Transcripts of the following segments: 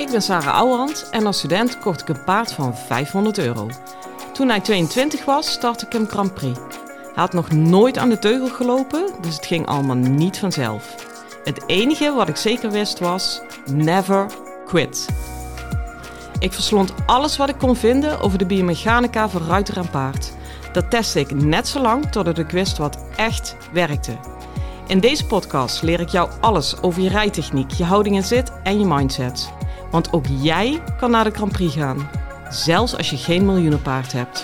Ik ben Sarah Ouwehand en als student kocht ik een paard van €500. Toen hij 22 was, startte ik hem Grand Prix. Hij had nog nooit aan de teugel gelopen, dus het ging allemaal niet vanzelf. Het enige wat ik zeker wist was, never quit. Ik verslond alles wat ik kon vinden over de biomechanica van ruiter en paard. Dat testte ik net zo lang totdat ik wist wat echt werkte. In deze podcast leer ik jou alles over je rijtechniek, je houding en zit en je mindset. Want ook jij kan naar de Grand Prix gaan, zelfs als je geen miljoenenpaard hebt.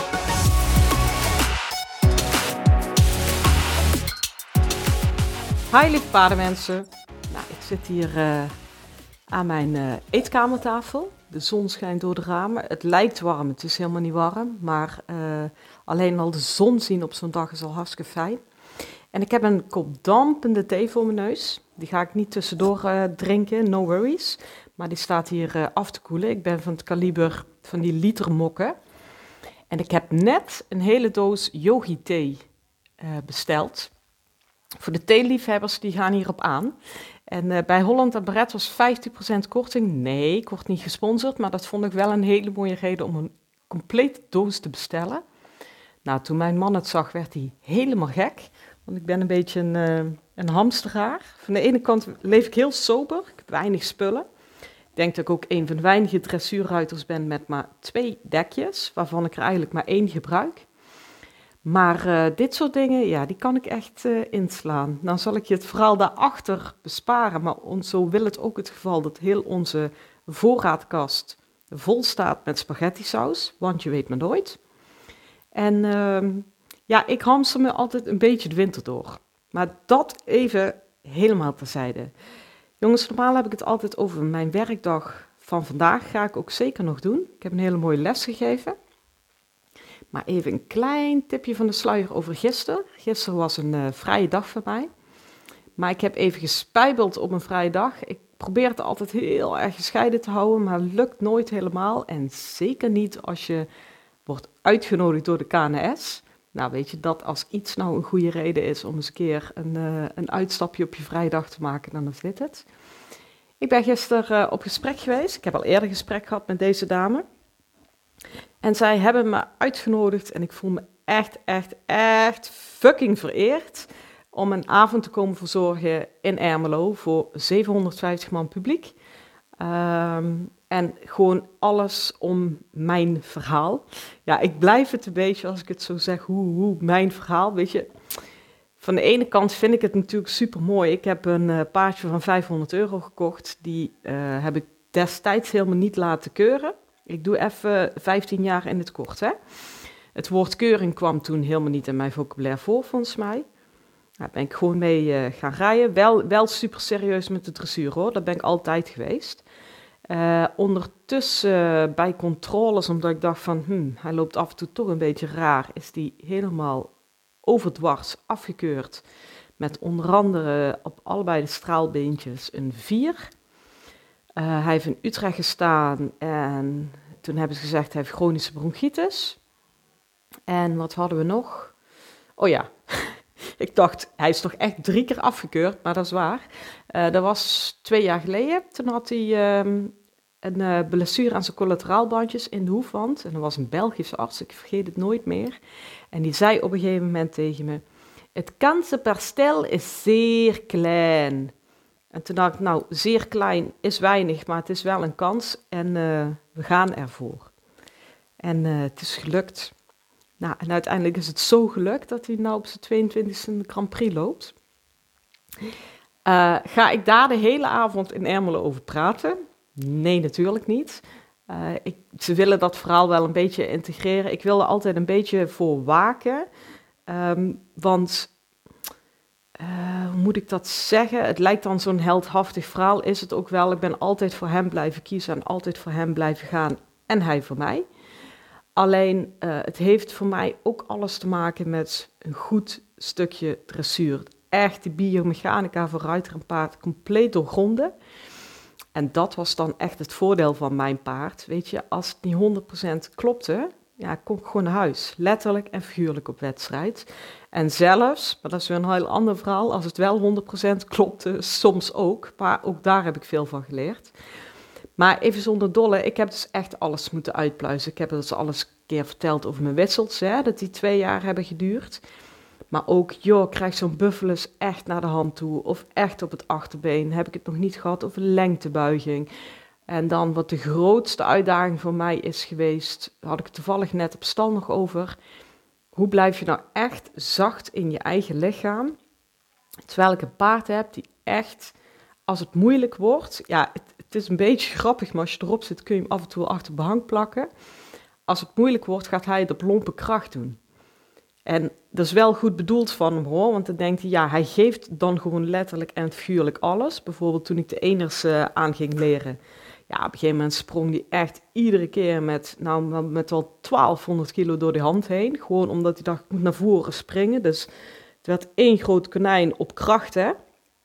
Hi lieve paardenmensen. Nou, ik zit hier aan mijn eetkamertafel. De zon schijnt door de ramen. Het lijkt warm, het is helemaal niet warm. Maar alleen al de zon zien op zo'n dag is al hartstikke fijn. En ik heb een kop dampende thee voor mijn neus. Die ga ik niet tussendoor drinken, no worries. Maar die staat hier af te koelen. Ik ben van het kaliber van die litermokken. En ik heb net een hele doos yogi thee besteld. Voor de theeliefhebbers, die gaan hierop aan. En bij Holland & Barrett was 50% korting. Nee, ik word niet gesponsord, maar dat vond ik wel een hele mooie reden om een complete doos te bestellen. Nou, toen mijn man het zag, werd hij helemaal gek. Want ik ben een beetje een hamsteraar. Van de ene kant leef ik heel sober, ik heb weinig spullen. Ik denk dat ik ook een van de weinige dressuurruiters ben met maar 2 dekjes, waarvan ik er eigenlijk maar 1 gebruik. Maar dit soort dingen, ja, die kan ik echt inslaan. Dan zal ik je het verhaal daarachter besparen, maar zo wil het ook het geval dat heel onze voorraadkast vol staat met spaghetti saus, want je weet maar nooit. En ja, ik hamster me altijd een beetje de winter door. Maar dat even helemaal terzijde. Jongens, normaal heb ik het altijd over mijn werkdag van vandaag. Ga ik ook zeker nog doen. Ik heb een hele mooie les gegeven. Maar even een klein tipje van de sluier over gisteren. Gisteren was een vrije dag voor mij. Maar ik heb even gespijbeld op een vrije dag. Ik probeer het altijd heel erg gescheiden te houden, maar het lukt nooit helemaal. En zeker niet als je wordt uitgenodigd door de KNS. Nou, weet je, dat als iets nou een goede reden is om eens een keer een uitstapje op je vrijdag te maken, dan is dit het. Ik ben gisteren op gesprek geweest. Ik heb al eerder gesprek gehad met deze dame. En zij hebben me uitgenodigd en ik voel me echt fucking vereerd om een avond te komen verzorgen in Ermelo voor 750 man publiek. En gewoon alles om mijn verhaal. Ja, ik blijf het een beetje, als ik het zo zeg, hoe mijn verhaal, weet je. Van de ene kant vind ik het natuurlijk super mooi. Ik heb een paardje van €500 gekocht. Die heb ik destijds helemaal niet laten keuren. Ik doe even 15 jaar in het kort, hè. Het woord keuring kwam toen helemaal niet in mijn vocabulaire voor, volgens mij. Daar ben ik gewoon mee gaan rijden. Wel super serieus met de dressuur, hoor. Dat ben ik altijd geweest. Ondertussen bij controles, omdat ik dacht van, hij loopt af en toe toch een beetje raar, is die helemaal overdwars afgekeurd. Met onder andere op allebei de straalbeentjes een 4. Hij heeft in Utrecht gestaan en toen hebben ze gezegd hij heeft chronische bronchitis. En wat hadden we nog? Oh ja, ik dacht hij is toch echt 3 keer afgekeurd, maar dat is waar. Dat was 2 jaar geleden. Toen had hij een blessure aan zijn collateraalbandjes in de hoefwand. En dat was een Belgische arts, ik vergeet het nooit meer. En die zei op een gegeven moment tegen me, het kansenperstel is zeer klein. En toen dacht ik, nou, zeer klein is weinig, maar het is wel een kans en we gaan ervoor. En het is gelukt. Nou, en uiteindelijk is het zo gelukt dat hij nou op zijn 22e de Grand Prix loopt. Ga ik daar de hele avond in Ermelo over praten? Nee, natuurlijk niet. Ze willen dat verhaal wel een beetje integreren. Ik wil er altijd een beetje voor waken. Want, hoe moet ik dat zeggen? Het lijkt dan zo'n heldhaftig verhaal, is het ook wel. Ik ben altijd voor hem blijven kiezen en altijd voor hem blijven gaan. En hij voor mij. Alleen, het heeft voor mij ook alles te maken met een goed stukje dressuur. Echt die biomechanica voor ruiter en paard compleet doorgronden. En dat was dan echt het voordeel van mijn paard. Weet je, als het niet 100% klopte, ja, kom ik gewoon naar huis. Letterlijk en figuurlijk op wedstrijd. En zelfs, maar dat is weer een heel ander verhaal, als het wel 100% klopte, soms ook. Maar ook daar heb ik veel van geleerd. Maar even zonder dolle, ik heb dus echt alles moeten uitpluizen. Ik heb dus alles een keer verteld over mijn wissels, hè, dat die 2 jaar hebben geduurd. Maar ook, joh, krijg zo'n buffelus echt naar de hand toe of echt op het achterbeen. Heb ik het nog niet gehad over lengtebuiging. En dan wat de grootste uitdaging voor mij is geweest, had ik toevallig net op stal nog over. Hoe blijf je nou echt zacht in je eigen lichaam, terwijl ik een paard heb die echt, als het moeilijk wordt, ja, het is een beetje grappig, maar als je erop zit kun je hem af en toe achter behang plakken. Als het moeilijk wordt, gaat hij het op lompe kracht doen. En dat is wel goed bedoeld van hem hoor, want dan denkt hij, ja, hij geeft dan gewoon letterlijk en figuurlijk alles. Bijvoorbeeld toen ik de eners aan ging leren. Ja, op een gegeven moment sprong hij echt iedere keer met wel 1200 kilo door die hand heen. Gewoon omdat hij dacht, ik moet naar voren springen. Dus het werd één groot konijn op kracht, hè.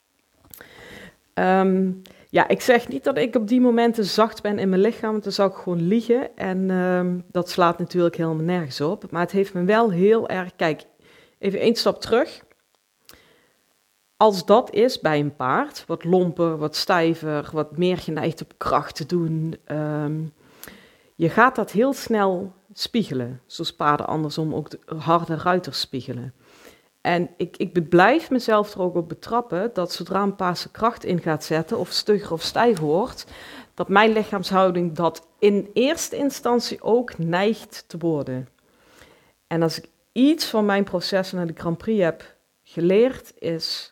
Ja, ik zeg niet dat ik op die momenten zacht ben in mijn lichaam, want dan zou ik gewoon liegen. En dat slaat natuurlijk helemaal nergens op. Maar het heeft me wel heel erg... Kijk, even 1 stap terug. Als dat is bij een paard, wat lomper, wat stijver, wat meer geneigd op kracht te doen, je gaat dat heel snel spiegelen. Zoals paarden andersom ook de harde ruiters spiegelen. En ik blijf mezelf er ook op betrappen dat zodra een paard zijn kracht in gaat zetten of stugger of stijf wordt, dat mijn lichaamshouding dat in eerste instantie ook neigt te worden. En als ik iets van mijn processen naar de Grand Prix heb geleerd, is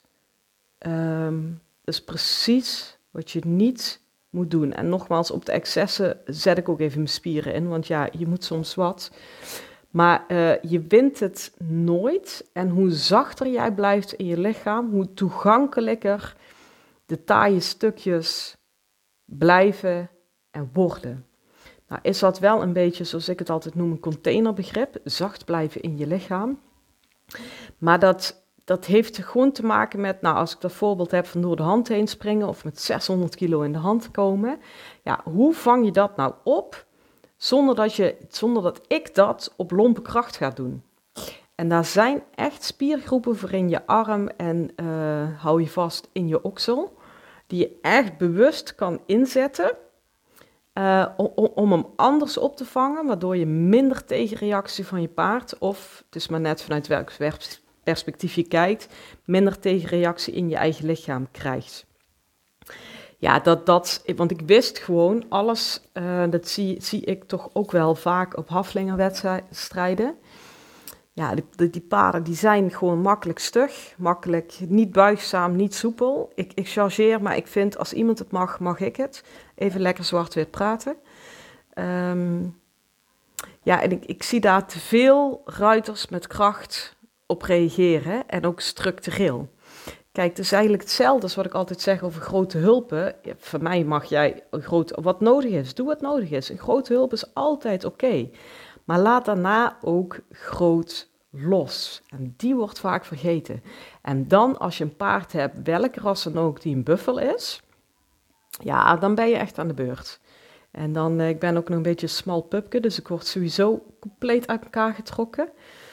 precies wat je niet moet doen. En nogmaals, op de excessen zet ik ook even mijn spieren in, want ja, je moet soms wat. Maar je wint het nooit. En hoe zachter jij blijft in je lichaam, hoe toegankelijker de taaie stukjes blijven en worden. Nou is dat wel een beetje, zoals ik het altijd noem, een containerbegrip. Zacht blijven in je lichaam. Maar dat heeft gewoon te maken met, nou als ik dat voorbeeld heb van door de hand heen springen of met 600 kilo in de hand komen. Ja, hoe vang je dat nou op? Zonder dat ik dat op lompe kracht ga doen. En daar zijn echt spiergroepen voor in je arm en hou je vast in je oksel. Die je echt bewust kan inzetten om hem anders op te vangen. Waardoor je minder tegenreactie van je paard, of het is maar net vanuit welk perspectief je kijkt, minder tegenreactie in je eigen lichaam krijgt. Ja, want ik wist gewoon alles, dat zie ik toch ook wel vaak op haflingerwedstrijden. Ja, die paarden die zijn gewoon makkelijk stug, makkelijk, niet buigzaam, niet soepel. Ik chargeer, maar ik vind als iemand het mag, mag ik het. Even lekker zwart-wit praten. Ja, en ik zie daar te veel ruiters met kracht op reageren en ook structureel. Kijk, het is eigenlijk hetzelfde als wat ik altijd zeg over grote hulpen. Ja, voor mij mag jij wat nodig is, doe wat nodig is. Een grote hulp is altijd oké. Maar laat daarna ook groot los. En die wordt vaak vergeten. En dan als je een paard hebt, welk ras dan ook, die een buffel is, ja, dan ben je echt aan de beurt. En dan, ik ben ook nog een beetje een smal pupke, dus ik word sowieso compleet uit elkaar getrokken.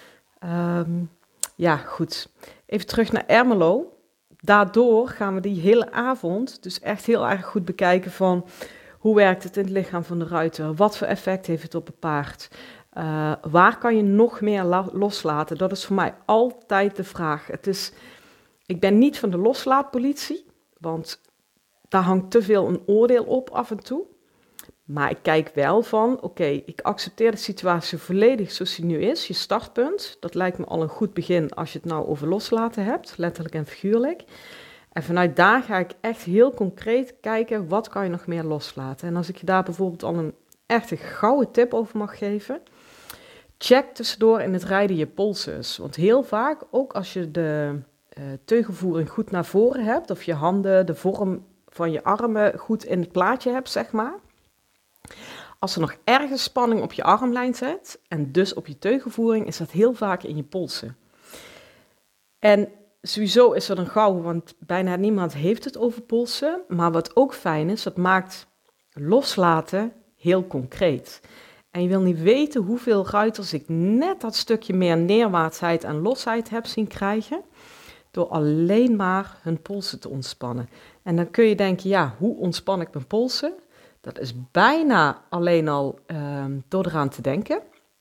Ja, goed. Even terug naar Ermelo. Daardoor gaan we die hele avond dus echt heel erg goed bekijken van hoe werkt het in het lichaam van de ruiter? Wat voor effect heeft het op het paard? Waar kan je nog meer loslaten? Dat is voor mij altijd de vraag. Ik ben niet van de loslaatpolitie, want daar hangt te veel een oordeel op af en toe. Maar ik kijk wel van, oké, ik accepteer de situatie volledig zoals die nu is. Je startpunt, dat lijkt me al een goed begin als je het nou over loslaten hebt, letterlijk en figuurlijk. En vanuit daar ga ik echt heel concreet kijken, wat kan je nog meer loslaten? En als ik je daar bijvoorbeeld al een echte gouden tip over mag geven, check tussendoor in het rijden je polses. Want heel vaak, ook als je de teugelvoering goed naar voren hebt, of je handen, de vorm van je armen goed in het plaatje hebt, zeg maar. Als er nog ergens spanning op je armlijn zit, en dus op je teugelvoering, is dat heel vaak in je polsen. En sowieso is dat een gouden, want bijna niemand heeft het over polsen. Maar wat ook fijn is, dat maakt loslaten heel concreet. En je wil niet weten hoeveel ruiters ik net dat stukje meer neerwaartsheid en losheid heb zien krijgen, door alleen maar hun polsen te ontspannen. En dan kun je denken, ja, hoe ontspan ik mijn polsen? Dat is bijna alleen al door eraan te denken.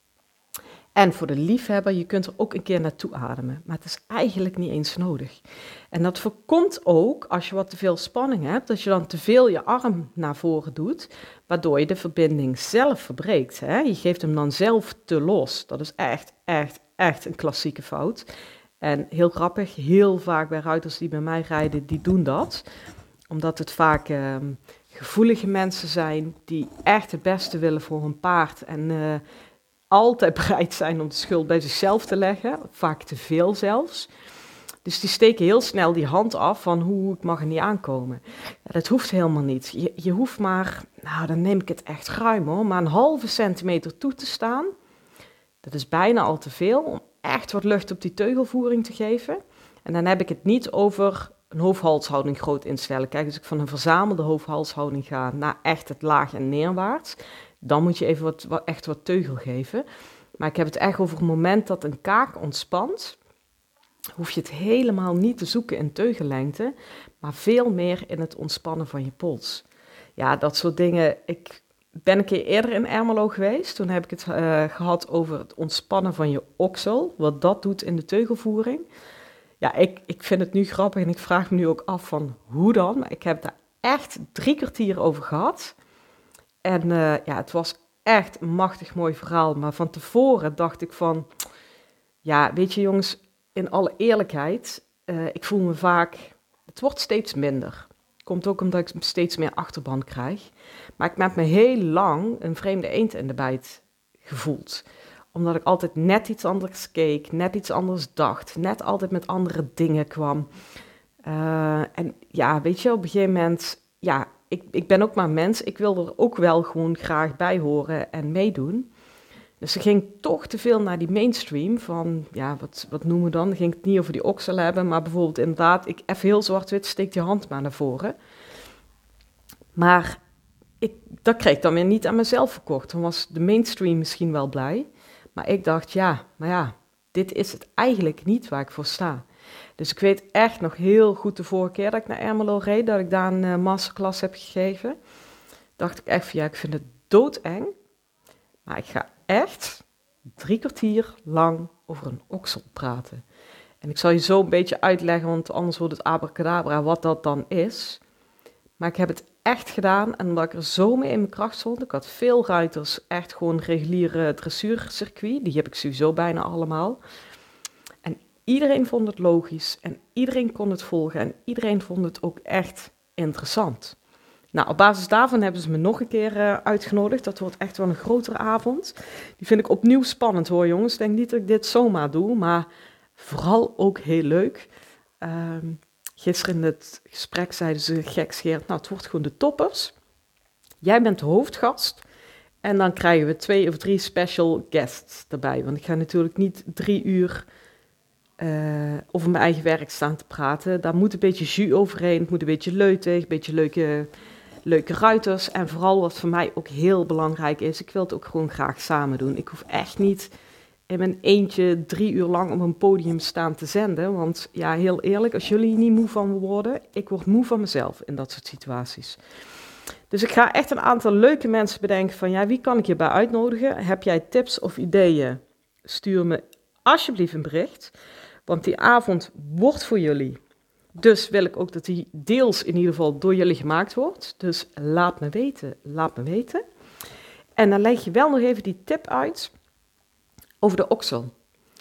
En voor de liefhebber, je kunt er ook een keer naartoe ademen. Maar het is eigenlijk niet eens nodig. En dat voorkomt ook, als je wat te veel spanning hebt, dat je dan te veel je arm naar voren doet, waardoor je de verbinding zelf verbreekt. Hè? Je geeft hem dan zelf te los. Dat is echt een klassieke fout. En heel grappig, heel vaak bij ruiters die bij mij rijden, die doen dat. Omdat het vaak gevoelige mensen zijn die echt het beste willen voor hun paard. En altijd bereid zijn om de schuld bij zichzelf te leggen. Vaak te veel zelfs. Dus die steken heel snel die hand af van hoe ik mag er niet aankomen. Ja, dat hoeft helemaal niet. Je hoeft maar, nou dan neem ik het echt ruim hoor, maar een halve centimeter toe te staan. Dat is bijna al te veel om echt wat lucht op die teugelvoering te geven. En dan heb ik het niet over een hoofd-halshouding groot instellen. Kijk, als ik van een verzamelde hoofd-halshouding ga naar echt het laag en neerwaarts, dan moet je even echt wat teugel geven. Maar ik heb het echt over het moment dat een kaak ontspant, hoef je het helemaal niet te zoeken in teugellengte, maar veel meer in het ontspannen van je pols. Ja, dat soort dingen. Ik ben een keer eerder in Ermelo geweest. Toen heb ik het gehad over het ontspannen van je oksel, wat dat doet in de teugelvoering. Ja, ik vind het nu grappig en ik vraag me nu ook af van hoe dan. Maar ik heb daar echt 3 kwartier over gehad. En ja, het was echt een machtig mooi verhaal. Maar van tevoren dacht ik van, ja, weet je jongens, in alle eerlijkheid, ik voel me vaak, het wordt steeds minder. Komt ook omdat ik steeds meer achterband krijg. Maar ik heb me heel lang een vreemde eend in de bijt gevoeld. Omdat ik altijd net iets anders keek, net iets anders dacht, net altijd met andere dingen kwam. En ja, weet je, op een gegeven moment, ja, ik ben ook maar mens. Ik wil er ook wel gewoon graag bij horen en meedoen. Dus ze ging toch te veel naar die mainstream van, ja, wat noemen we dan? Dan ging ik het niet over die oksel hebben, maar bijvoorbeeld inderdaad, even heel zwart-wit, steek je hand maar naar voren. Maar dat kreeg ik dan weer niet aan mezelf verkocht. Dan was de mainstream misschien wel blij. Maar ik dacht, ja, maar ja, dit is het eigenlijk niet waar ik voor sta. Dus ik weet echt nog heel goed de vorige keer dat ik naar Ermelo reed, dat ik daar een masterclass heb gegeven. Dacht ik echt van, ja, ik vind het doodeng. Maar ik ga echt 3 kwartier lang over een oksel praten. En ik zal je zo een beetje uitleggen, want anders wordt het abracadabra wat dat dan is. Maar ik heb het echt gedaan en omdat ik er zo mee in mijn kracht stond. Ik had veel ruiters, echt gewoon reguliere dressuurcircuit. Die heb ik sowieso bijna allemaal. En iedereen vond het logisch en iedereen kon het volgen en iedereen vond het ook echt interessant. Nou, op basis daarvan hebben ze me nog een keer uitgenodigd. Dat wordt echt wel een grotere avond. Die vind ik opnieuw spannend hoor jongens. Ik denk niet dat ik dit zomaar doe, maar vooral ook heel leuk. Gisteren in het gesprek zeiden ze gekscherend, nou het wordt gewoon de toppers. Jij bent de hoofdgast en dan krijgen we 2 of 3 special guests erbij. Want ik ga natuurlijk niet 3 uur over mijn eigen werk staan te praten. Daar moet een beetje jus overheen, het moet een beetje leutig, een beetje leuke ruiters. En vooral wat voor mij ook heel belangrijk is, ik wil het ook gewoon graag samen doen. Ik hoef echt niet in mijn eentje 3 uur lang op een podium staan te zenden. Want ja, heel eerlijk, als jullie niet moe van me worden, ik word moe van mezelf in dat soort situaties. Dus ik ga echt een aantal leuke mensen bedenken van, ja, wie kan ik hierbij uitnodigen? Heb jij tips of ideeën? Stuur me alsjeblieft een bericht, want die avond wordt voor jullie. Dus wil ik ook dat die deels in ieder geval door jullie gemaakt wordt. Dus laat me weten. En dan leg je wel nog even die tip uit over de oksel.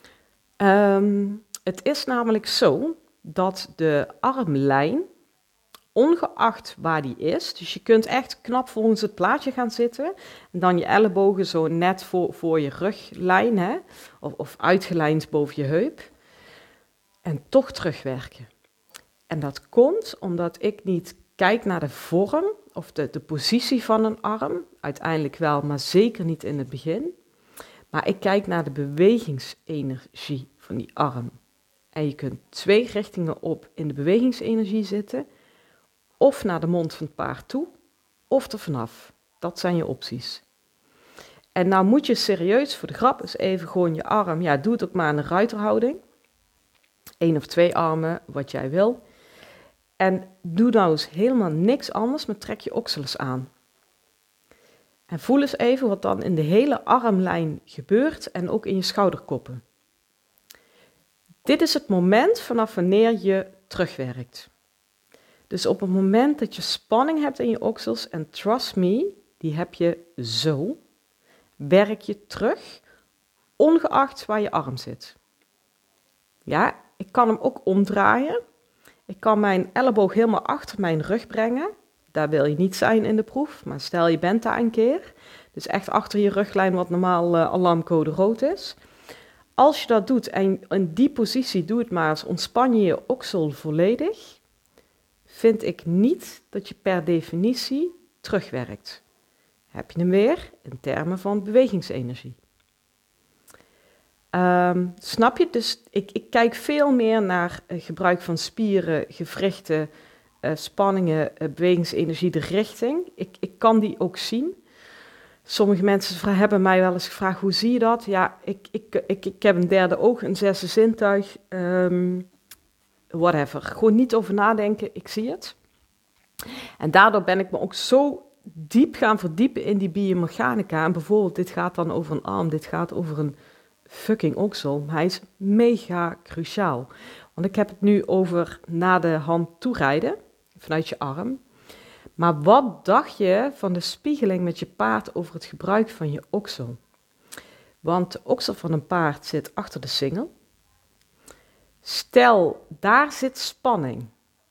Het is namelijk zo dat de armlijn, ongeacht waar die is, dus je kunt echt knap volgens het plaatje gaan zitten en dan je ellebogen zo net voor je ruglijn, hè, of uitgelijnd boven je heup en toch terugwerken. En dat komt omdat ik niet kijk naar de vorm of de positie van een arm, uiteindelijk wel, maar zeker niet in het begin. Maar ik kijk naar de bewegingsenergie van die arm. En je kunt 2 richtingen op in de bewegingsenergie zitten, of naar de mond van het paard toe, of er vanaf. Dat zijn je opties. En nou moet je serieus voor de grap eens even gewoon je arm, ja, doe het ook maar in een ruiterhouding. 1 of 2 armen, wat jij wil. En doe nou eens helemaal niks anders, maar trek je oksel eens aan. En voel eens even wat dan in de hele armlijn gebeurt en ook in je schouderkoppen. Dit is het moment vanaf wanneer je terugwerkt. Dus op het moment dat je spanning hebt in je oksels, en trust me, die heb je zo, werk je terug, ongeacht waar je arm zit. Ja, ik kan hem ook omdraaien. Ik kan mijn elleboog helemaal achter mijn rug brengen. Daar wil je niet zijn in de proef, maar stel je bent daar een keer. Dus echt achter je ruglijn wat normaal alarmcode rood is. Als je dat doet en in die positie doe het maar eens, ontspan je je oksel volledig, vind ik niet dat je per definitie terugwerkt. Heb je hem weer in termen van bewegingsenergie. Snap je? Dus ik kijk veel meer naar gebruik van spieren, gewrichten, spanningen, bewegingsenergie, de richting. Ik kan die ook zien. Sommige mensen hebben mij wel eens gevraagd, hoe zie je dat? Ja, ik heb een derde oog, een zesde zintuig, whatever. Gewoon niet over nadenken, ik zie het. En daardoor ben ik me ook zo diep gaan verdiepen in die biomechanica. En bijvoorbeeld, dit gaat dan over een arm, dit gaat over een fucking oksel. Hij is mega cruciaal. Want ik heb het nu over naar de hand toerijden, vanuit je arm. Maar wat dacht je van de spiegeling met je paard over het gebruik van je oksel? Want de oksel van een paard zit achter de singel. Stel, daar zit spanning.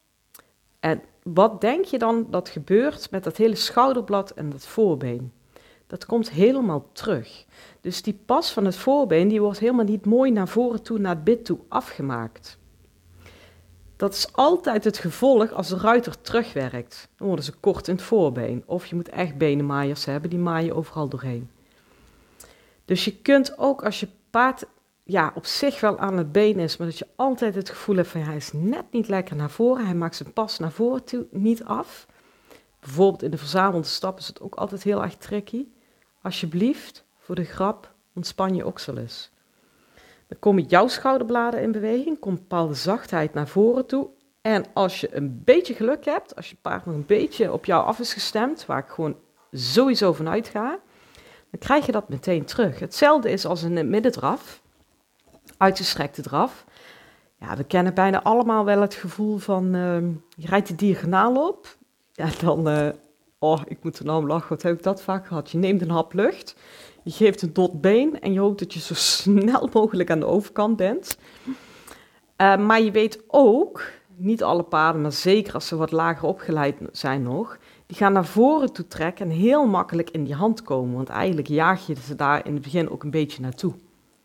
En wat denk je dan dat gebeurt met dat hele schouderblad en dat voorbeen? Dat komt helemaal terug. Dus die pas van het voorbeen, die wordt helemaal niet mooi naar voren toe, naar het bit toe afgemaakt. Dat is altijd het gevolg als de ruiter terugwerkt. Dan worden ze kort in het voorbeen. Of je moet echt benenmaaiers hebben, die maaien overal doorheen. Dus je kunt ook als je paard op zich wel aan het been is, maar dat je altijd het gevoel hebt van hij is net niet lekker naar voren. Hij maakt zijn pas naar voren toe niet af. Bijvoorbeeld in de verzamelde stap is het ook altijd heel erg tricky. Alsjeblieft, voor de grap, ontspan je oksel eens. Dan komen jouw schouderbladen in beweging, komt een bepaalde zachtheid naar voren toe. En als je een beetje geluk hebt, als je paard nog een beetje op jou af is gestemd, waar ik gewoon sowieso vanuit ga, dan krijg je dat meteen terug. Hetzelfde is als een middendraf, uitgestrekte draf. Ja, we kennen bijna allemaal wel het gevoel van, je rijdt de diagonaal op. Ja, dan, ik moet er nou om lachen, wat heb ik dat vaak gehad. Je neemt een hap lucht, je geeft een dot been en je hoopt dat je zo snel mogelijk aan de overkant bent. Maar je weet ook, niet alle paarden, maar zeker als ze wat lager opgeleid zijn nog, die gaan naar voren toe trekken en heel makkelijk in die hand komen. Want eigenlijk jaag je ze daar in het begin ook een beetje naartoe.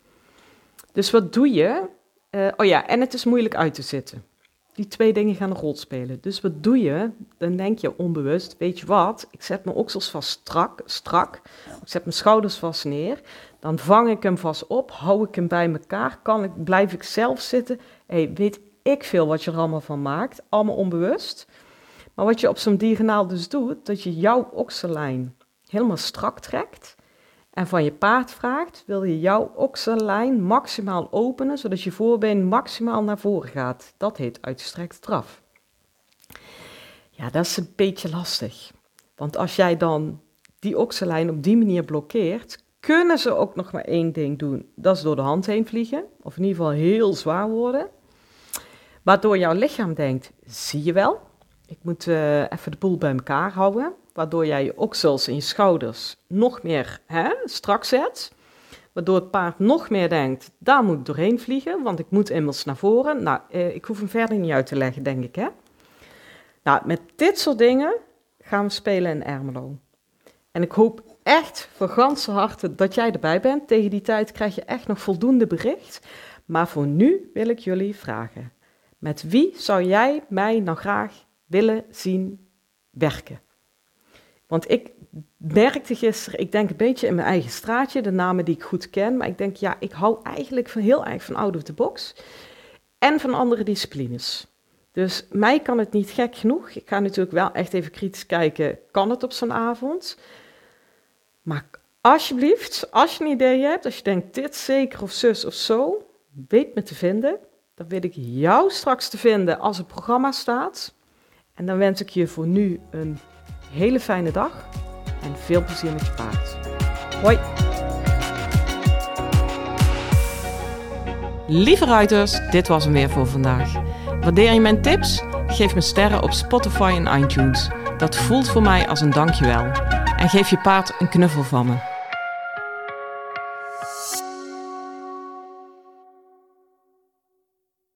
Dus wat doe je? En het is moeilijk uit te zitten. Die twee dingen gaan een rol spelen. Dus wat doe je? Dan denk je onbewust, weet je wat? Ik zet mijn oksels vast strak. Ik zet mijn schouders vast neer. Dan vang ik hem vast op, hou ik hem bij elkaar. Blijf ik zelf zitten? Weet ik veel wat je er allemaal van maakt. Allemaal onbewust. Maar wat je op zo'n diagonaal dus doet, dat je jouw oksellijn helemaal strak trekt. En van je paard vraagt, wil je jouw oksellijn maximaal openen, zodat je voorbeen maximaal naar voren gaat. Dat heet uitgestrekt draf. Ja, dat is een beetje lastig. Want als jij dan die oksellijn op die manier blokkeert, kunnen ze ook nog maar één ding doen. Dat is door de hand heen vliegen, of in ieder geval heel zwaar worden. Waardoor jouw lichaam denkt, zie je wel, ik moet even de boel bij elkaar houden. Waardoor jij je oksels en je schouders nog meer strak zet. Waardoor het paard nog meer denkt, daar moet ik doorheen vliegen, want ik moet immers naar voren. Nou, ik hoef hem verder niet uit te leggen, denk ik, hè. Nou, met dit soort dingen gaan we spelen in Ermelo. En ik hoop echt van ganse harte dat jij erbij bent. Tegen die tijd krijg je echt nog voldoende bericht. Maar voor nu wil ik jullie vragen. Met wie zou jij mij nou graag willen zien werken? Want ik merkte gisteren, ik denk een beetje in mijn eigen straatje, de namen die ik goed ken. Maar ik denk, ik hou eigenlijk heel erg van out of the box. En van andere disciplines. Dus mij kan het niet gek genoeg. Ik ga natuurlijk wel echt even kritisch kijken, kan het op zo'n avond? Maar alsjeblieft, als je een idee hebt, als je denkt dit zeker of zus of zo, weet me te vinden. Dan weet ik jou straks te vinden als het programma staat. En dan wens ik je voor nu een hele fijne dag. en veel plezier met je paard. Hoi! Lieve ruiters, dit was hem weer voor vandaag. Waardeer je mijn tips? Geef me sterren op Spotify en iTunes. Dat voelt voor mij als een dankjewel. En geef je paard een knuffel van me.